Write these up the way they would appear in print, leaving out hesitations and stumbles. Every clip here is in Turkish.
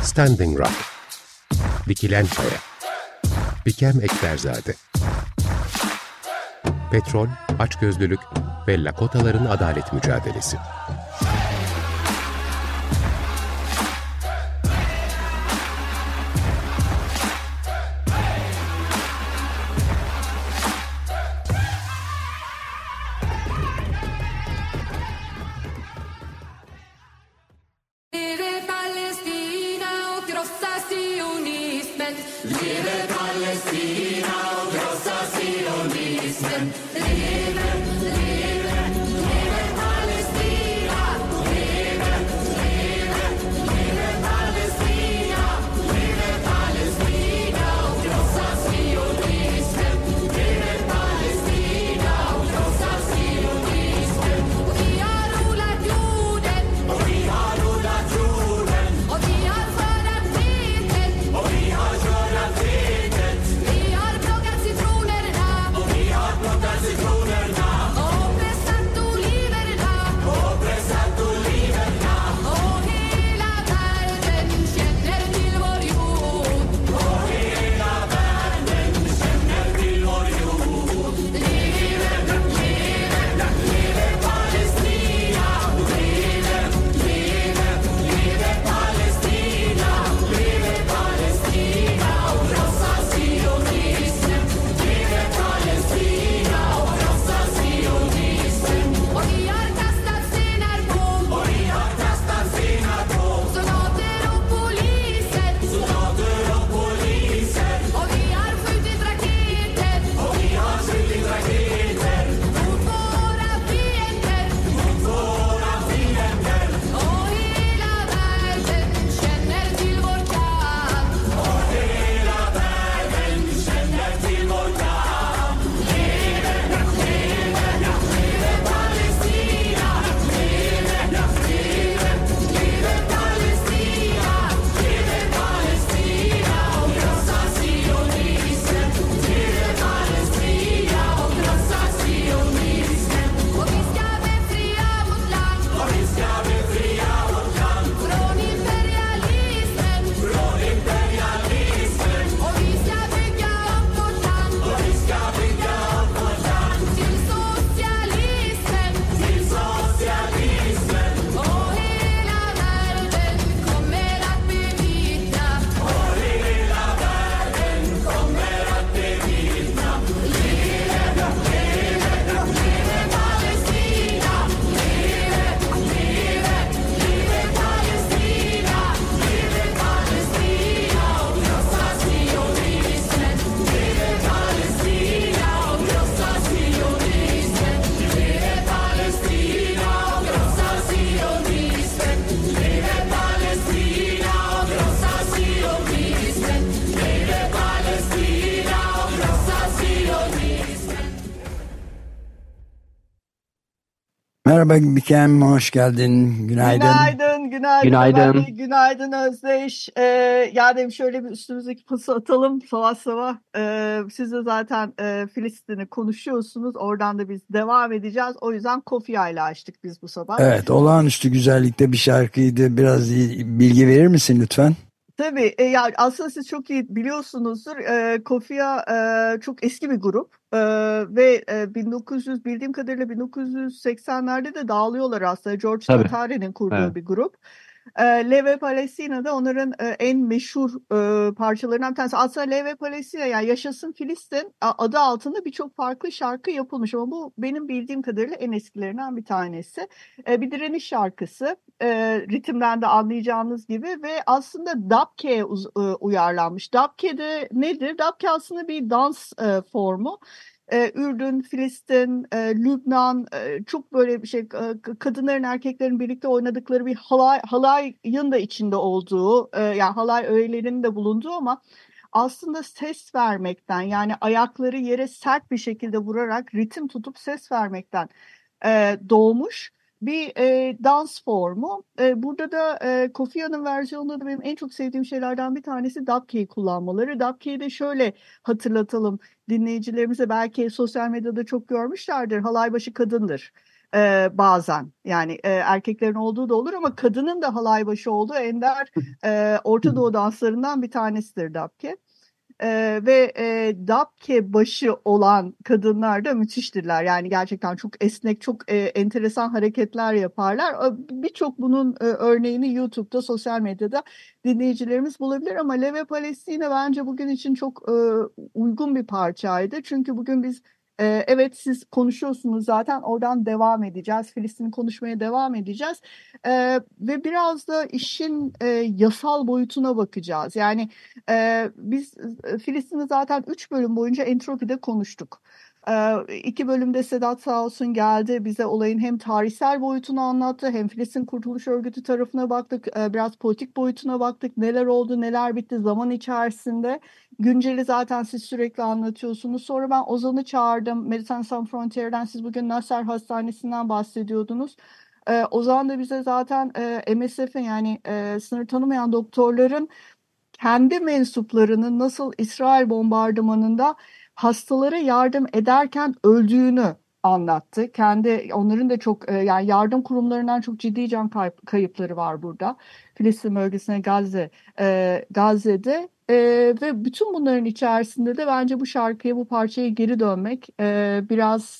Standing Rock, Dikilen Kaya, Bikem Ekberzade, Petrol, Açgözlülük ve Lakotaların Adalet Mücadelesi. Merhaba Bikem, hoş geldin. Günaydın. Günaydın. Günaydın Özdeş. Yani şöyle bir üstümüzdeki pası atalım sabah sabah. Siz de zaten Filistin'i konuşuyorsunuz. Oradan da biz devam edeceğiz. O yüzden Kofya ile açtık biz bu sabah. Evet, olağanüstü güzellikte bir şarkıydı. Biraz bilgi verir misin lütfen? Tabii. Yani aslında siz çok iyi biliyorsunuzdur. Kofya çok eski bir grup. Ve 1900 bildiğim kadarıyla 1980'lerde de dağılıyorlar aslında. George Tatare'nin kurduğu bir grup. Leve Palestina'da onların en meşhur parçalarından bir tanesi. Aslında Leve Palestina yani Yaşasın Filistin adı altında birçok farklı şarkı yapılmış ama bu benim bildiğim kadarıyla en eskilerinden bir tanesi. Bir direniş şarkısı. Ritimden de anlayacağınız gibi ve aslında Dabke'ye uyarlanmış. Dabke de nedir? Dabke aslında bir dans formu. Ürdün, Filistin, Lübnan çok böyle bir şey kadınların erkeklerin birlikte oynadıkları bir halayın da içinde olduğu yani halay öğelerinin de bulunduğu ama aslında ses vermekten yani ayakları yere sert bir şekilde vurarak ritim tutup ses vermekten doğmuş bir dans formu. Burada da Kofya'nın versiyonunda da benim en çok sevdiğim şeylerden bir tanesi Dabke'yi kullanmaları. Dabke'yi de şöyle hatırlatalım dinleyicilerimize, belki sosyal medyada çok görmüşlerdir. Halaybaşı kadındır. bazen. Yani erkeklerin olduğu da olur ama kadının da halay başı olduğu ender Orta Doğu danslarından bir tanesidir dabke. Ve dabke başı olan kadınlar da müthiştirler. Yani gerçekten çok esnek, çok enteresan hareketler yaparlar. Birçok bunun örneğini YouTube'da, sosyal medyada dinleyicilerimiz bulabilir. Ama Leve Palestina bence bugün için çok uygun bir parçaydı. Çünkü bugün biz evet siz konuşuyorsunuz zaten oradan devam edeceğiz. Filistin'i konuşmaya devam edeceğiz. Ve biraz da işin yasal boyutuna bakacağız. Yani biz Filistin'i zaten 3 bölüm boyunca Entropi'de konuştuk. 2 bölümde Sedat sağ olsun geldi bize olayın hem tarihsel boyutunu anlattı hem Filistin Kurtuluş Örgütü tarafına baktık. Biraz politik boyutuna baktık. Neler oldu neler bitti zaman içerisinde. Günceli zaten siz sürekli anlatıyorsunuz. Sonra ben Ozan'ı çağırdım. Médecins Sans Frontieres'den siz bugün Nasser Hastanesi'nden bahsediyordunuz. Ozan da bize zaten MSF'in yani sınır tanımayan doktorların kendi mensuplarının nasıl İsrail bombardımanında hastalara yardım ederken öldüğünü anlattı. Onların da çok yani yardım kurumlarından çok ciddi can kayıpları var burada. Filistin bölgesine Gazze'de ve bütün bunların içerisinde de bence bu şarkıya, bu parçaya geri dönmek, biraz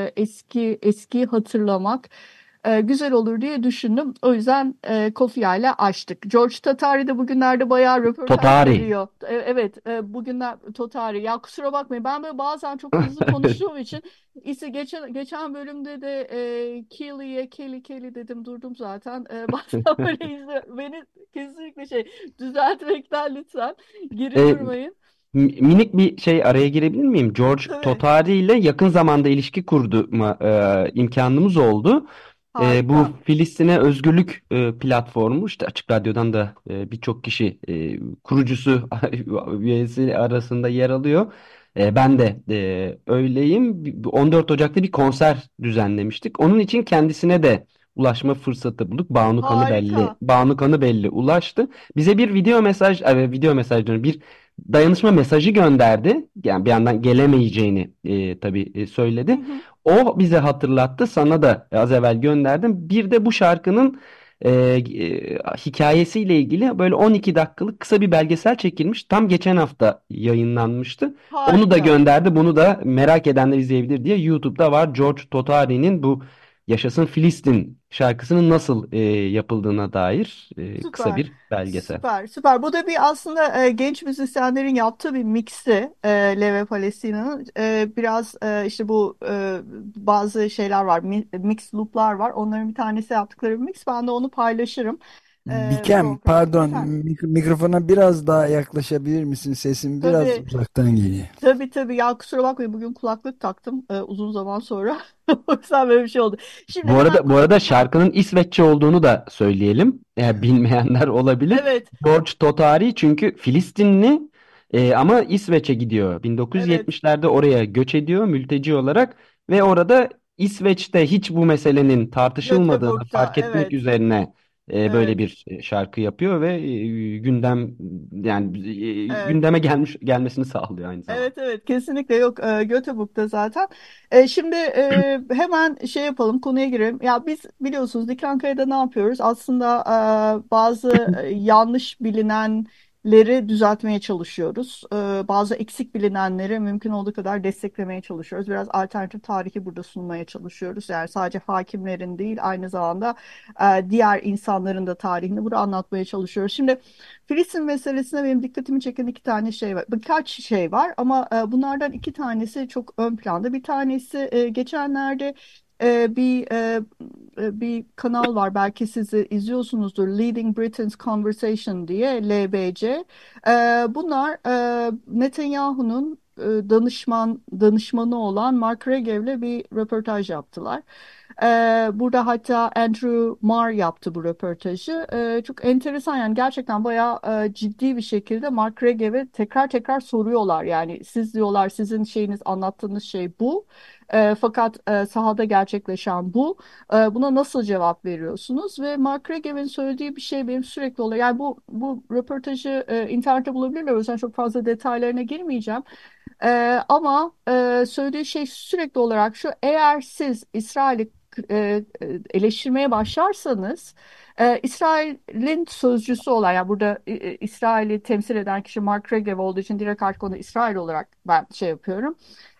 eski hatırlamak güzel olur diye düşündüm. O yüzden Kofia ile açtık. George Tatari de bugünlerde bayağı röportaj Totari. veriyor. Evet, bugünler Totari. Ya kusura bakmayın ben böyle bazen çok hızlı konuştuğum için işte geçen bölümde de Kelly dedim durdum zaten. Bazen böyle beni kesinlikle düzeltmekten lütfen geri E, durmayın. Minik bir şey araya girebilir miyim? George Tabii, Totari ile yakın zamanda ilişki kurma imkanımız oldu. Bu harika. Filistin'e Özgürlük platformu işte Açık Radyo'dan da birçok kişi kurucusu üyesi arasında yer alıyor. Ben de öyleyim. 14 Ocak'ta bir konser düzenlemiştik. Onun için kendisine de ulaşma fırsatı bulduk. Harika. Banu Kanıbelli ulaştı. Bize bir video mesajları, bir dayanışma mesajı gönderdi. Yani bir yandan gelemeyeceğini tabii Hı söyledi. hı. O bize hatırlattı. Sana da az evvel gönderdim. Bir de bu şarkının hikayesiyle ilgili böyle 12 dakikalık kısa bir belgesel çekilmiş. Tam geçen hafta yayınlanmıştı. Onu da Harika. gönderdi. Bunu da merak edenler izleyebilir diye YouTube'da var. George Totari'nin bu Yaşasın Filistin şarkısının nasıl yapıldığına dair kısa Süper. bir belgesel. Süper. Süper. Bu da bir aslında genç müzisyenlerin yaptığı bir mixi Leve Palestina'nın. Biraz işte bu bazı şeyler var. Mix loop'lar var. Onların bir tanesi yaptıkları bir mix. Ben de onu paylaşırım Bikem, programda. pardon, Efendim. mikrofona biraz daha yaklaşabilir misin? Sesin biraz Tabii. uzaktan geliyor. Tabii. Ya kusura bakmayın bugün kulaklık taktım uzun zaman sonra. O yüzden böyle bir şey oldu. Şimdi hemen Bu arada şarkının İsveççe olduğunu da söyleyelim. Eğer bilmeyenler olabilir. evet. George Totari çünkü Filistinli ama İsveç'e gidiyor. Evet. 1970'lerde oraya göç ediyor mülteci olarak ve orada İsveç'te hiç bu meselenin tartışılmadığını Göteborg'da. fark etmek Evet. üzerine böyle Evet. bir şarkı yapıyor ve gündem yani Evet. gündeme gelmesini sağlıyor aynı zamanda. Evet, kesinlikle yok Göteborg'da zaten. Şimdi hemen şey yapalım konuya girelim. Ya biz biliyorsunuz Dikrankara'da ne yapıyoruz? Aslında bazı yanlış bilinenleri düzeltmeye çalışıyoruz. Bazı eksik bilinenleri mümkün olduğu kadar desteklemeye çalışıyoruz. Biraz alternatif tarihi burada sunmaya çalışıyoruz. Yani sadece hakimlerin değil aynı zamanda diğer insanların da tarihini burada anlatmaya çalışıyoruz. Şimdi Filistin meselesine benim dikkatimi çeken iki tane şey var. Birkaç şey var ama bunlardan iki tanesi çok ön planda. Bir tanesi geçenlerde bir kanal var belki siz de izliyorsunuzdur. Leading Britain's Conversation diye LBC. Bunlar Netanyahu'nun danışmanı olan Mark Regev'le bir röportaj yaptılar. Burada hatta Andrew Marr yaptı bu röportajı. Çok enteresan yani gerçekten bayağı ciddi bir şekilde Mark Regev'e tekrar tekrar soruyorlar. Yani siz diyorlar sizin anlattığınız şey bu. Fakat sahada gerçekleşen bu. Buna nasıl cevap veriyorsunuz? Ve Mark Regev'in söylediği bir şey benim sürekli oluyor. Yani bu röportajı internette bulabilirler. O yüzden çok fazla detaylarına girmeyeceğim. Ama söylediği şey sürekli olarak şu: eğer siz İsrail'i eleştirmeye başlarsanız İsrail'in sözcüsü olan, yani burada İsrail'i temsil eden kişi Mark Regev olduğu için direkt artık onu İsrail olarak ben şey yapıyorum,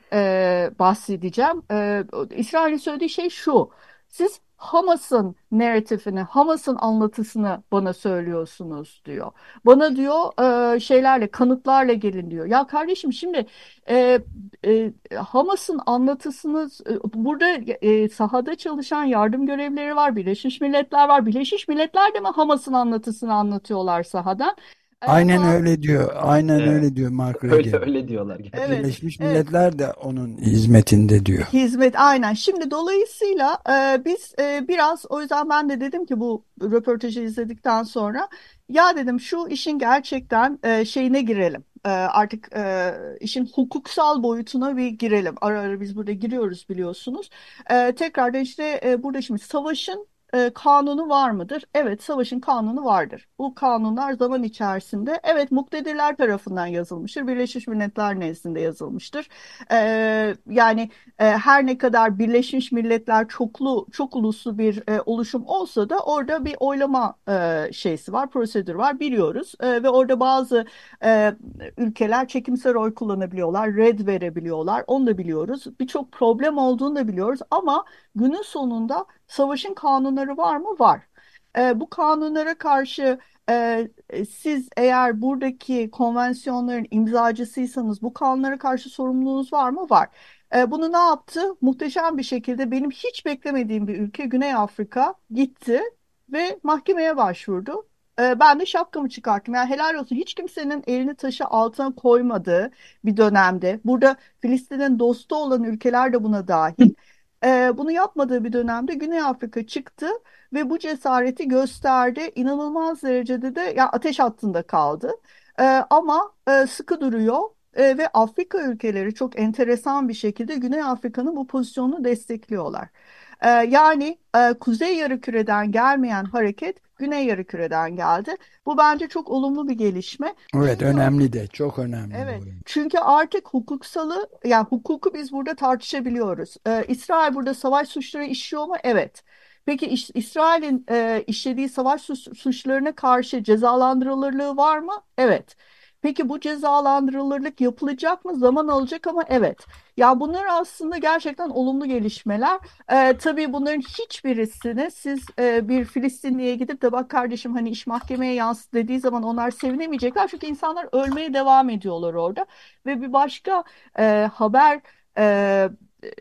bahsedeceğim. İsrail'in söylediği şey şu: siz Hamas'ın narratifini, Hamas'ın anlatısını bana söylüyorsunuz diyor. Bana diyor şeylerle, kanıtlarla gelin diyor. Ya kardeşim, şimdi e, Hamas'ın anlatısını burada sahada çalışan yardım görevlileri var, Birleşmiş Milletler var. Birleşmiş Milletler de mi Hamas'ın anlatısını anlatıyorlar sahadan? Aynen Ba- öyle diyor. Aynen Evet. öyle diyor Mark Öyle Regev. öyle diyorlar evet, gerçekten. Birleşmiş evet. Milletler de onun hizmetinde diyor. Hizmet, aynen. Şimdi dolayısıyla biz biraz, o yüzden ben de dedim ki bu röportajı izledikten sonra, ya dedim şu işin gerçekten şeyine girelim. Artık işin hukuksal boyutuna bir girelim. Ara ara biz burada giriyoruz, biliyorsunuz. Tekrar da işte burada şimdi savaşın kanunu var mıdır? Evet, savaşın kanunu vardır. Bu kanunlar zaman içerisinde, evet, muktedirler tarafından yazılmıştır. Birleşmiş Milletler nezdinde yazılmıştır. Yani her ne kadar Birleşmiş Milletler çok uluslu bir oluşum olsa da orada bir oylama şeysi var, prosedür var, biliyoruz. Ve orada bazı e, ülkeler çekimser oy kullanabiliyorlar, red verebiliyorlar. Onu da biliyoruz. Birçok problem olduğunu da biliyoruz. Ama günün sonunda savaşın kanunları var mı? Var. Bu kanunlara karşı siz eğer buradaki konvansiyonların imzacısıysanız, bu kanunlara karşı sorumluluğunuz var mı? Var. Bunu ne yaptı? Muhteşem bir şekilde benim hiç beklemediğim bir ülke Güney Afrika gitti ve mahkemeye başvurdu. Ben de şapkamı çıkarttım. Yani helal olsun, hiç kimsenin elini taşı altına koymadığı bir dönemde. Burada Filistin'in dostu olan ülkeler de buna dahil. Bunu yapmadığı bir dönemde Güney Afrika çıktı ve bu cesareti gösterdi. İnanılmaz derecede de ya ateş hattında kaldı. Ama sıkı duruyor. Ve Afrika ülkeleri çok enteresan bir şekilde Güney Afrika'nın bu pozisyonunu destekliyorlar. Yani Kuzey Yarımküre'den gelmeyen hareket Güney Yarımküre'den geldi. Bu bence çok olumlu bir gelişme. Evet, Çünkü önemli de, çok önemli bu. evet, çünkü artık hukuksalı, yani hukuku biz burada tartışabiliyoruz. İsrail burada savaş suçları işliyor mu? Evet. Peki İsrail'in işlediği savaş suçlarına karşı cezalandırılırlığı var mı? Evet. Peki bu cezalandırılırlık yapılacak mı? Zaman alacak ama evet. Ya bunlar aslında gerçekten olumlu gelişmeler. Tabii bunların hiçbirisini siz bir Filistinliye gidip de bak kardeşim hani iş mahkemeye yansıt dediği zaman onlar sevinemeyecekler. Çünkü insanlar ölmeye devam ediyorlar orada. Ve bir başka haber, e,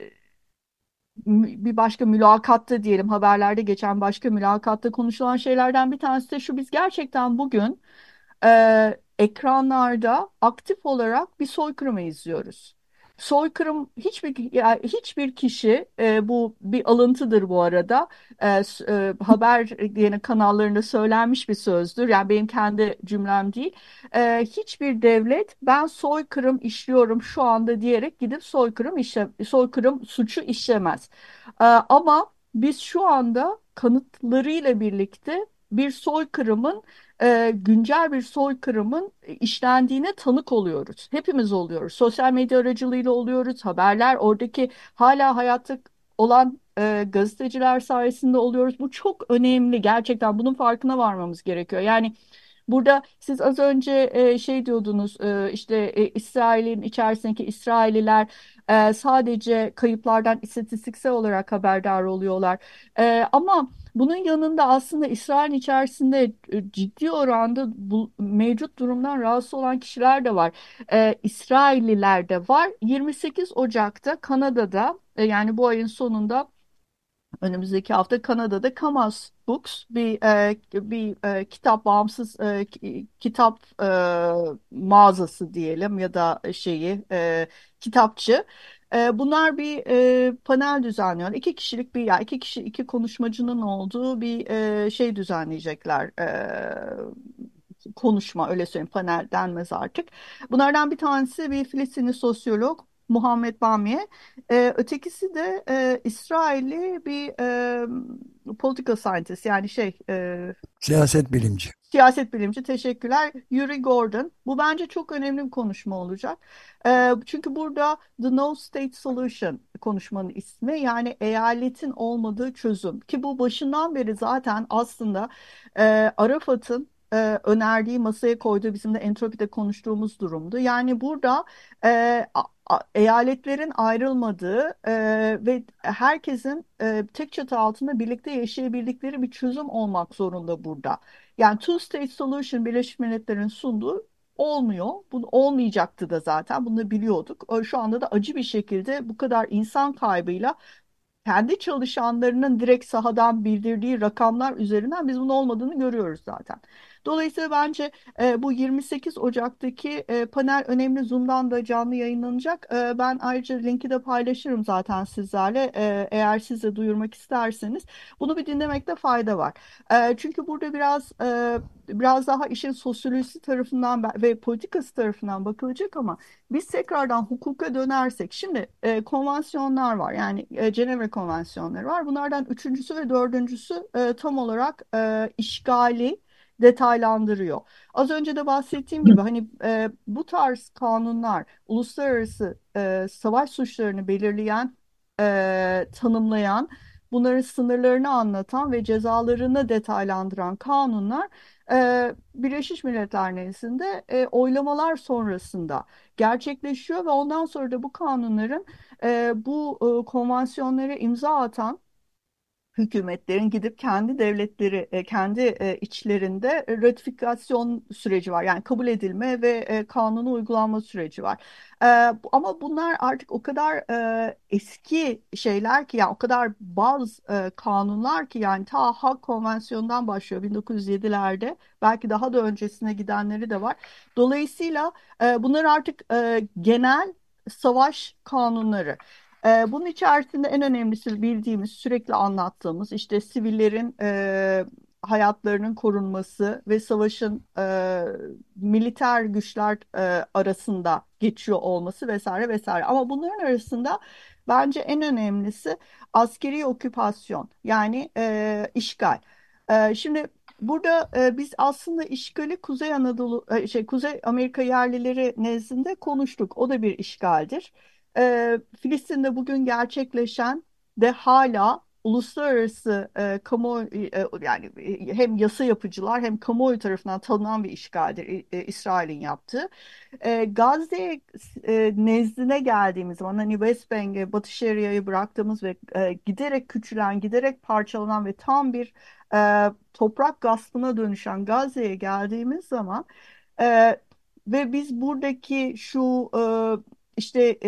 bir başka mülakatta diyelim, haberlerde geçen başka mülakatta konuşulan şeylerden bir tanesi de şu: biz gerçekten bugün ekranlarda aktif olarak bir soykırımı izliyoruz. Soykırım, yani hiçbir kişi, bu bir alıntıdır bu arada, haber yine kanallarında söylenmiş bir sözdür, yani benim kendi cümlem değil. Hiçbir devlet ben soykırım işliyorum şu anda diyerek gidip soykırım suçu işlemez. Ama biz şu anda kanıtlarıyla birlikte bir soykırımın, güncel bir soykırımın işlendiğine tanık oluyoruz. Hepimiz oluyoruz. Sosyal medya aracılığıyla oluyoruz. Haberler, oradaki hala hayatta olan gazeteciler sayesinde oluyoruz. Bu çok önemli. Gerçekten bunun farkına varmamız gerekiyor. Yani burada siz az önce şey diyordunuz, işte İsrail'in içerisindeki İsrailliler sadece kayıplardan istatistiksel olarak haberdar oluyorlar. Ama bunun yanında aslında İsrail içerisinde ciddi oranda bu mevcut durumdan rahatsız olan kişiler de var. İsrailliler de var. 28 Ocak'ta Kanada'da, yani bu ayın sonunda, önümüzdeki hafta Kanada'da Kamas Books bir kitap, bağımsız kitap mağazası diyelim ya da kitapçı. Bunlar bir panel düzenliyor. İki kişilik bir, ya iki kişi, iki konuşmacının olduğu bir şey düzenleyecekler. Konuşma, öyle söyleyeyim, panel denmez artık. Bunlardan bir tanesi bir Filistinli sosyolog. Muhammed Bamiye. Ötekisi de İsrailli bir political scientist, yani Siyaset bilimci. siyaset bilimci, teşekkürler. Yuri Gordon. Bu bence çok önemli bir konuşma olacak. Çünkü burada The No State Solution konuşmanın ismi, yani eyaletin olmadığı çözüm. Ki bu başından beri zaten aslında Arafat'ın önerdiği, masaya koyduğu, bizim de Entropi'de konuştuğumuz durumdu. Yani burada eyaletlerin ayrılmadığı ve herkesin tek çatı altında birlikte yaşayabildikleri bir çözüm olmak zorunda burada. Yani Two State Solution Birleşmiş Milletler'in sunduğu olmuyor. Bu olmayacaktı da zaten. Bunu biliyorduk. Şu anda da acı bir şekilde bu kadar insan kaybıyla kendi çalışanlarının direkt sahadan bildirdiği rakamlar üzerinden biz bunun olmadığını görüyoruz zaten. Dolayısıyla bence bu 28 Ocak'taki panel önemli. Zoom'dan da canlı yayınlanacak. Ben ayrıca linki de paylaşırım zaten sizlerle. Eğer siz de duyurmak isterseniz. Bunu bir dinlemekte fayda var. Çünkü burada biraz daha işin sosyolojisi tarafından ve politikası tarafından bakılacak, ama biz tekrardan hukuka dönersek, şimdi konvansiyonlar var, yani Cenevre konvansiyonları var. Bunlardan üçüncüsü ve dördüncüsü tam olarak işgali detaylandırıyor. Az önce de bahsettiğim gibi, hani bu tarz kanunlar uluslararası savaş suçlarını belirleyen, tanımlayan, bunların sınırlarını anlatan ve cezalarını detaylandıran kanunlar Birleşmiş Milletler nezdinde oylamalar sonrasında gerçekleşiyor ve ondan sonra da bu kanunların bu konvansiyonlara imza atan hükümetlerin gidip kendi devletleri, kendi içlerinde ratifikasyon süreci var. Yani kabul edilme ve kanunu uygulanma süreci var. E, Ama bunlar artık o kadar eski şeyler ki, yani o kadar bazı kanunlar ki, yani ta Hak Konvensiyon'dan başlıyor 1907'lerde, belki daha da öncesine gidenleri de var. Dolayısıyla bunlar artık genel savaş kanunları. Bunun içerisinde en önemlisi, bildiğimiz, sürekli anlattığımız, işte sivillerin hayatlarının korunması ve savaşın militer güçler arasında geçiyor olması vesaire vesaire. Ama bunların arasında bence en önemlisi askeri oküpasyon, yani işgal. Şimdi burada biz aslında işgali Kuzey Anadolu, Kuzey Amerika yerlileri nezdinde konuştuk. O da bir işgaldir. Filistin'de bugün gerçekleşen de hala uluslararası yani hem yasa yapıcılar hem kamuoyu tarafından tanınan bir işgaldir İsrail'in yaptığı. Gazze nezdine geldiğimiz zaman, hani West Bank'e, Batı Şeria'yı bıraktığımız ve giderek küçülen, giderek parçalanan ve tam bir toprak gaspına dönüşen Gazze'ye geldiğimiz zaman e, ve biz buradaki şu işte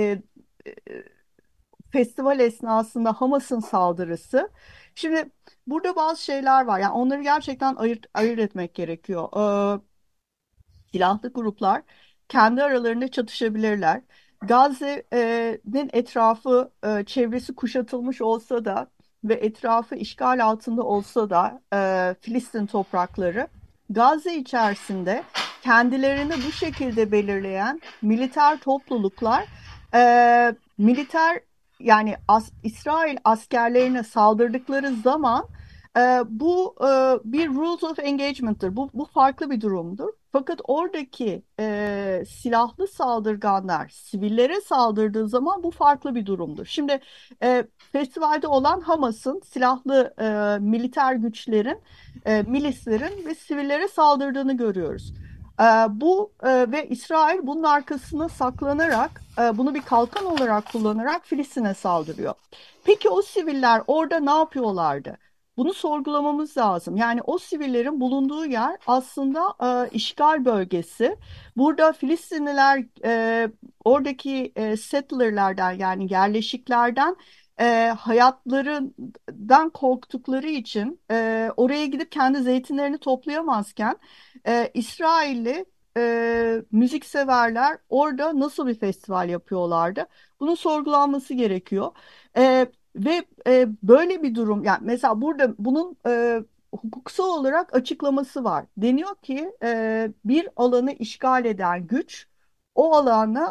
festival esnasında Hamas'ın saldırısı. Şimdi burada bazı şeyler var. Yani onları gerçekten ayırt etmek gerekiyor. Silahlı gruplar kendi aralarında çatışabilirler. Gazze'nin etrafı, çevresi kuşatılmış olsa da ve etrafı işgal altında olsa da Filistin toprakları, Gazze içerisinde kendilerini bu şekilde belirleyen militer topluluklar, militer, yani İsrail askerlerine saldırdıkları zaman bu bir rules of engagement'tır. Bu farklı bir durumdur. Fakat oradaki silahlı saldırganlar sivillere saldırdığı zaman bu farklı bir durumdur. Şimdi festivalde olan Hamas'ın silahlı militer güçlerin, milislerin ve sivillere saldırdığını görüyoruz. Ve İsrail bunun arkasına saklanarak, bunu bir kalkan olarak kullanarak Filistin'e saldırıyor. Peki o siviller orada ne yapıyorlardı? Bunu sorgulamamız lazım. Yani o sivillerin bulunduğu yer aslında işgal bölgesi. Burada Filistinliler oradaki settlerlerden, yani yerleşiklerden hayatlarından korktukları için oraya gidip kendi zeytinlerini toplayamazken İsrailli müzikseverler orada nasıl bir festival yapıyorlardı? Bunun sorgulanması gerekiyor. Ve böyle bir durum, yani mesela burada bunun hukuksal olarak açıklaması var. Deniyor ki bir alanı işgal eden güç o alana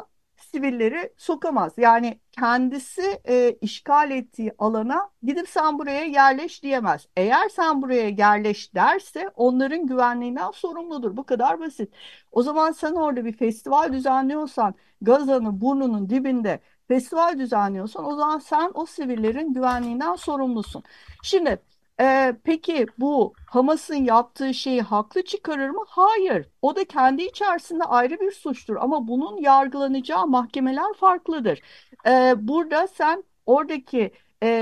sivilleri sokamaz. Yani kendisi işgal ettiği alana gidip sen buraya yerleş diyemez. Eğer sen buraya yerleş derse onların güvenliğinden sorumludur. Bu kadar basit. O zaman sen orada bir festival düzenliyorsan, Gaza'nın burnunun dibinde festival düzenliyorsan, o zaman sen o sivillerin güvenliğinden sorumlusun. Şimdi peki bu Hamas'ın yaptığı şeyi haklı çıkarır mı? Hayır. O da kendi içerisinde ayrı bir suçtur. Ama bunun yargılanacağı mahkemeler farklıdır. Burada sen oradaki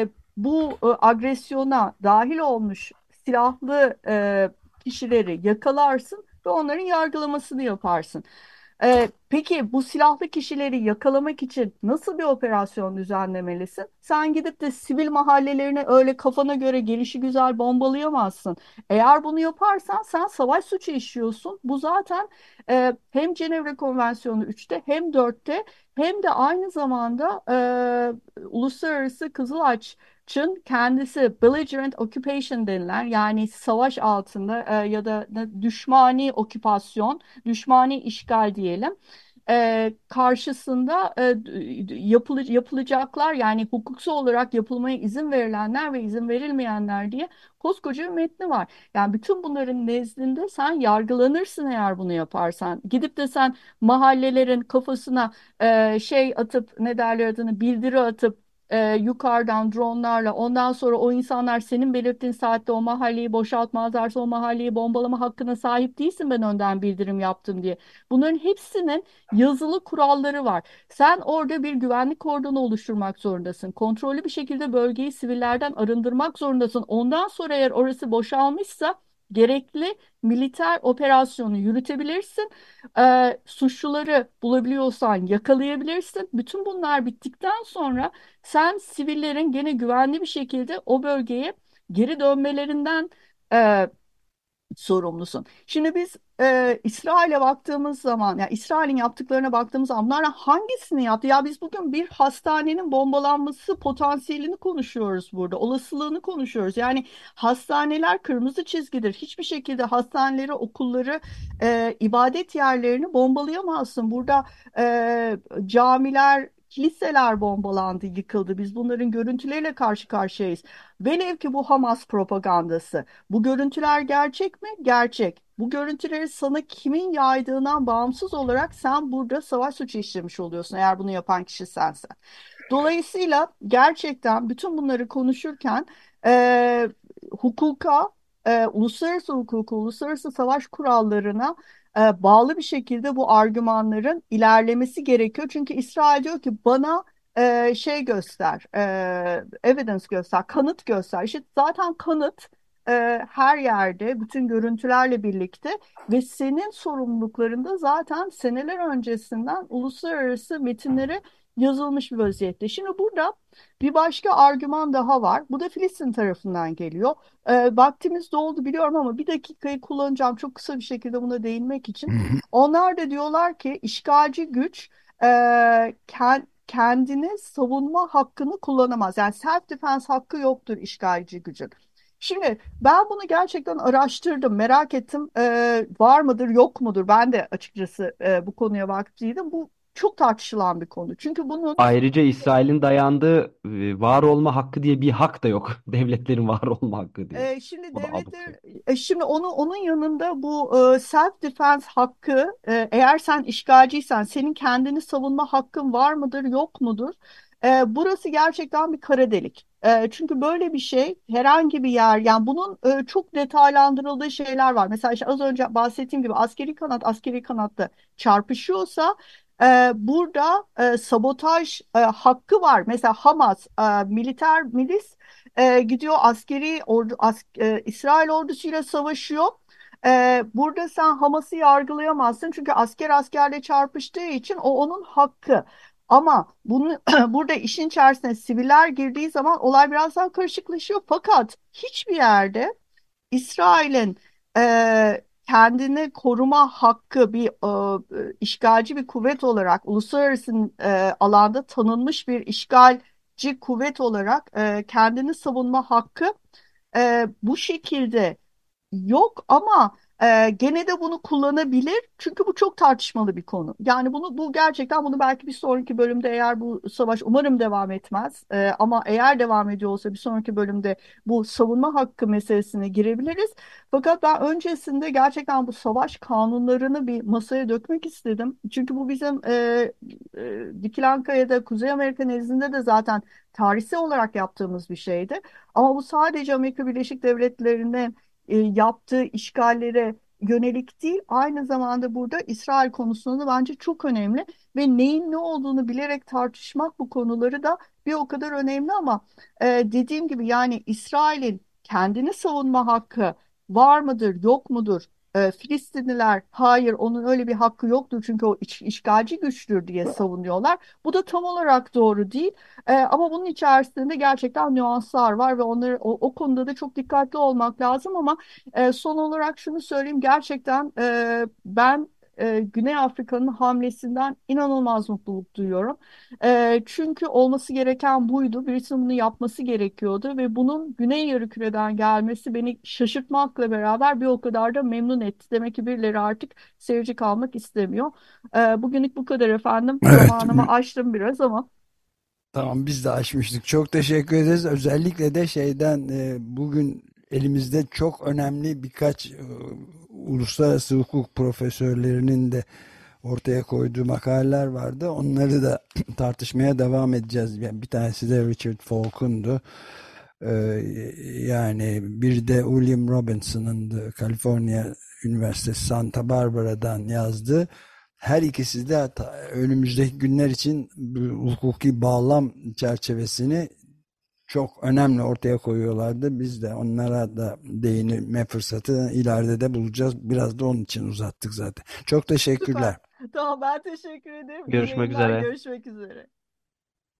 agresyona dahil olmuş silahlı kişileri yakalarsın ve onların yargılamasını yaparsın. Peki bu silahlı kişileri yakalamak için nasıl bir operasyon düzenlemelisin? Sen gidip de sivil mahallelerini öyle kafana göre gelişigüzel bombalayamazsın. Eğer bunu yaparsan sen savaş suçu işliyorsun. Bu zaten hem Cenevre Konvansiyonu 3'te hem 4'te hem de aynı zamanda Uluslararası Kızılaç'ın kendisi belligerent occupation denilen, yani savaş altında ya da düşmani oküpasyon, düşmani işgal diyelim, karşısında yapılacaklar, yani hukuksal olarak yapılmaya izin verilenler ve izin verilmeyenler diye koskoca bir metni var. Yani bütün bunların nezdinde sen yargılanırsın eğer bunu yaparsan. Gidip de sen mahallelerin kafasına şey atıp, ne derler adını, bildiri atıp yukarıdan dronlarla, ondan sonra o insanlar senin belirttiğin saatte o mahalleyi boşaltmazlarsa o mahalleyi bombalama hakkına sahip değilsin, ben önden bildirim yaptım diye. Bunların hepsinin yazılı kuralları var. Sen orada bir güvenlik kordonu oluşturmak zorundasın. Kontrollü bir şekilde bölgeyi sivillerden arındırmak zorundasın. Ondan sonra eğer orası boşalmışsa gerekli militer operasyonu yürütebilirsin. Suçluları bulabiliyorsan yakalayabilirsin. Bütün bunlar bittikten sonra sen sivillerin gene güvenli bir şekilde o bölgeye geri dönmelerinden e, sorumlusun. Şimdi biz İsrail'e baktığımız zaman, ya İsrail'in yaptıklarına baktığımız zaman, bunlardan hangisini yaptı? Ya biz bugün bir hastanenin bombalanması potansiyelini konuşuyoruz burada, olasılığını konuşuyoruz. Yani hastaneler kırmızı çizgidir. Hiçbir şekilde hastaneleri, okulları, ibadet yerlerini bombalayamazsın. Burada camiler, kiliseler bombalandı, yıkıldı. Biz bunların görüntüleriyle karşı karşıyayız. Velev ki bu Hamas propagandası. Bu görüntüler gerçek mi? Gerçek. Bu görüntüleri sana kimin yaydığından bağımsız olarak sen burada savaş suçu işlemiş oluyorsun, eğer bunu yapan kişi sensen. Dolayısıyla gerçekten bütün bunları konuşurken e, hukuka, uluslararası hukuka, uluslararası savaş kurallarına bağlı bir şekilde bu argümanların ilerlemesi gerekiyor. Çünkü İsrail diyor ki bana şey göster, evidence göster, kanıt göster. İşte zaten kanıt her yerde, bütün görüntülerle birlikte ve senin sorumluluklarında zaten seneler öncesinden uluslararası metinlere yazılmış bir vaziyette. Şimdi burada bir başka argüman daha var. Bu da Filistin tarafından geliyor. Vaktimiz doldu biliyorum ama bir dakikayı kullanacağım çok kısa bir şekilde buna değinmek için. Onlar da diyorlar ki işgalci güç kendini savunma hakkını kullanamaz. Yani self defense hakkı yoktur işgalci gücün. Şimdi ben bunu gerçekten araştırdım, merak ettim. Var mıdır, yok mudur? Ben de açıkçası bu konuya baktıydım. Bu çok tartışılan bir konu. Çünkü bunun Ayrıca İsrail'in dayandığı var olma hakkı diye bir hak da yok. Devletlerin var olma hakkı diye. Şimdi O da abuk devletler, şey. şimdi onun yanında bu self defense hakkı, eğer sen işgalciysen senin kendini savunma hakkın var mıdır, yok mudur? Burası gerçekten bir kara delik. Çünkü böyle bir şey herhangi bir yer, yani bunun çok detaylandırıldığı şeyler var. Mesela işte az önce bahsettiğim gibi askeri kanat askeri kanatla çarpışıyorsa burada sabotaj hakkı var. Mesela Hamas militer milis gidiyor askeri İsrail ordusuyla savaşıyor. Burada sen Hamas'ı yargılayamazsın çünkü asker askerle çarpıştığı için o onun hakkı. Ama bunu burada işin içerisine siviller girdiği zaman olay biraz daha karışıklaşıyor. Fakat hiçbir yerde İsrail'in kendini koruma hakkı, bir işgalci bir kuvvet olarak, uluslararası alanda tanınmış bir işgalci kuvvet olarak kendini savunma hakkı bu şekilde yok. Ama Gene de bunu kullanabilir. Çünkü bu çok tartışmalı bir konu. Yani bu gerçekten bunu belki bir sonraki bölümde, eğer bu savaş umarım devam etmez. Ama eğer devam ediyor olsa bir sonraki bölümde bu savunma hakkı meselesine girebiliriz. Fakat ben öncesinde gerçekten bu savaş kanunlarını bir masaya dökmek istedim. Çünkü bu bizim dikilen kayada Kuzey Amerika nezdinde de zaten tarihsel olarak yaptığımız bir şeydi. Ama bu sadece Amerika Birleşik Devletleri'ne yaptığı işgallere yönelik değil, aynı zamanda burada İsrail konusunda da bence çok önemli ve neyin ne olduğunu bilerek tartışmak bu konuları da bir o kadar önemli. Ama dediğim gibi yani İsrail'in kendini savunma hakkı var mıdır, yok mudur? Filistinliler hayır, onun öyle bir hakkı yoktur çünkü o işgalci güçtür diye savunuyorlar. Bu da tam olarak doğru değil. Ama bunun içerisinde gerçekten nüanslar var ve onları o konuda da çok dikkatli olmak lazım. Ama son olarak şunu söyleyeyim, gerçekten ben Güney Afrika'nın hamlesinden inanılmaz mutluluk duyuyorum. Çünkü olması gereken buydu. Birisinin bunu yapması gerekiyordu ve bunun Güney Yarımküre'den gelmesi beni şaşırtmakla beraber bir o kadar da memnun etti. Demek ki birileri artık seyirci kalmak istemiyor. Bugünlük bu kadar efendim. Evet. Zamanımı aştım biraz ama. Tamam, biz de aşmıştık. Çok teşekkür ederiz. Özellikle de şeyden bugün elimizde çok önemli birkaç uluslararası hukuk profesörlerinin de ortaya koyduğu makaleler vardı. Onları da tartışmaya devam edeceğiz. Yani bir tanesi de Richard Falk'undu. E, Yani bir de William Robinson'ın da Kaliforniya Üniversitesi Santa Barbara'dan yazdığı. Her ikisi de önümüzdeki günler için bu hukuki bağlam çerçevesini çok önemli ortaya koyuyorlardı. Biz de onlara da değinme fırsatı ileride de bulacağız. Biraz da onun için uzattık zaten. Çok Süper. teşekkürler. Tamam, ben teşekkür ederim. İyi Görüşmek yayınlar. üzere. Görüşmek üzere.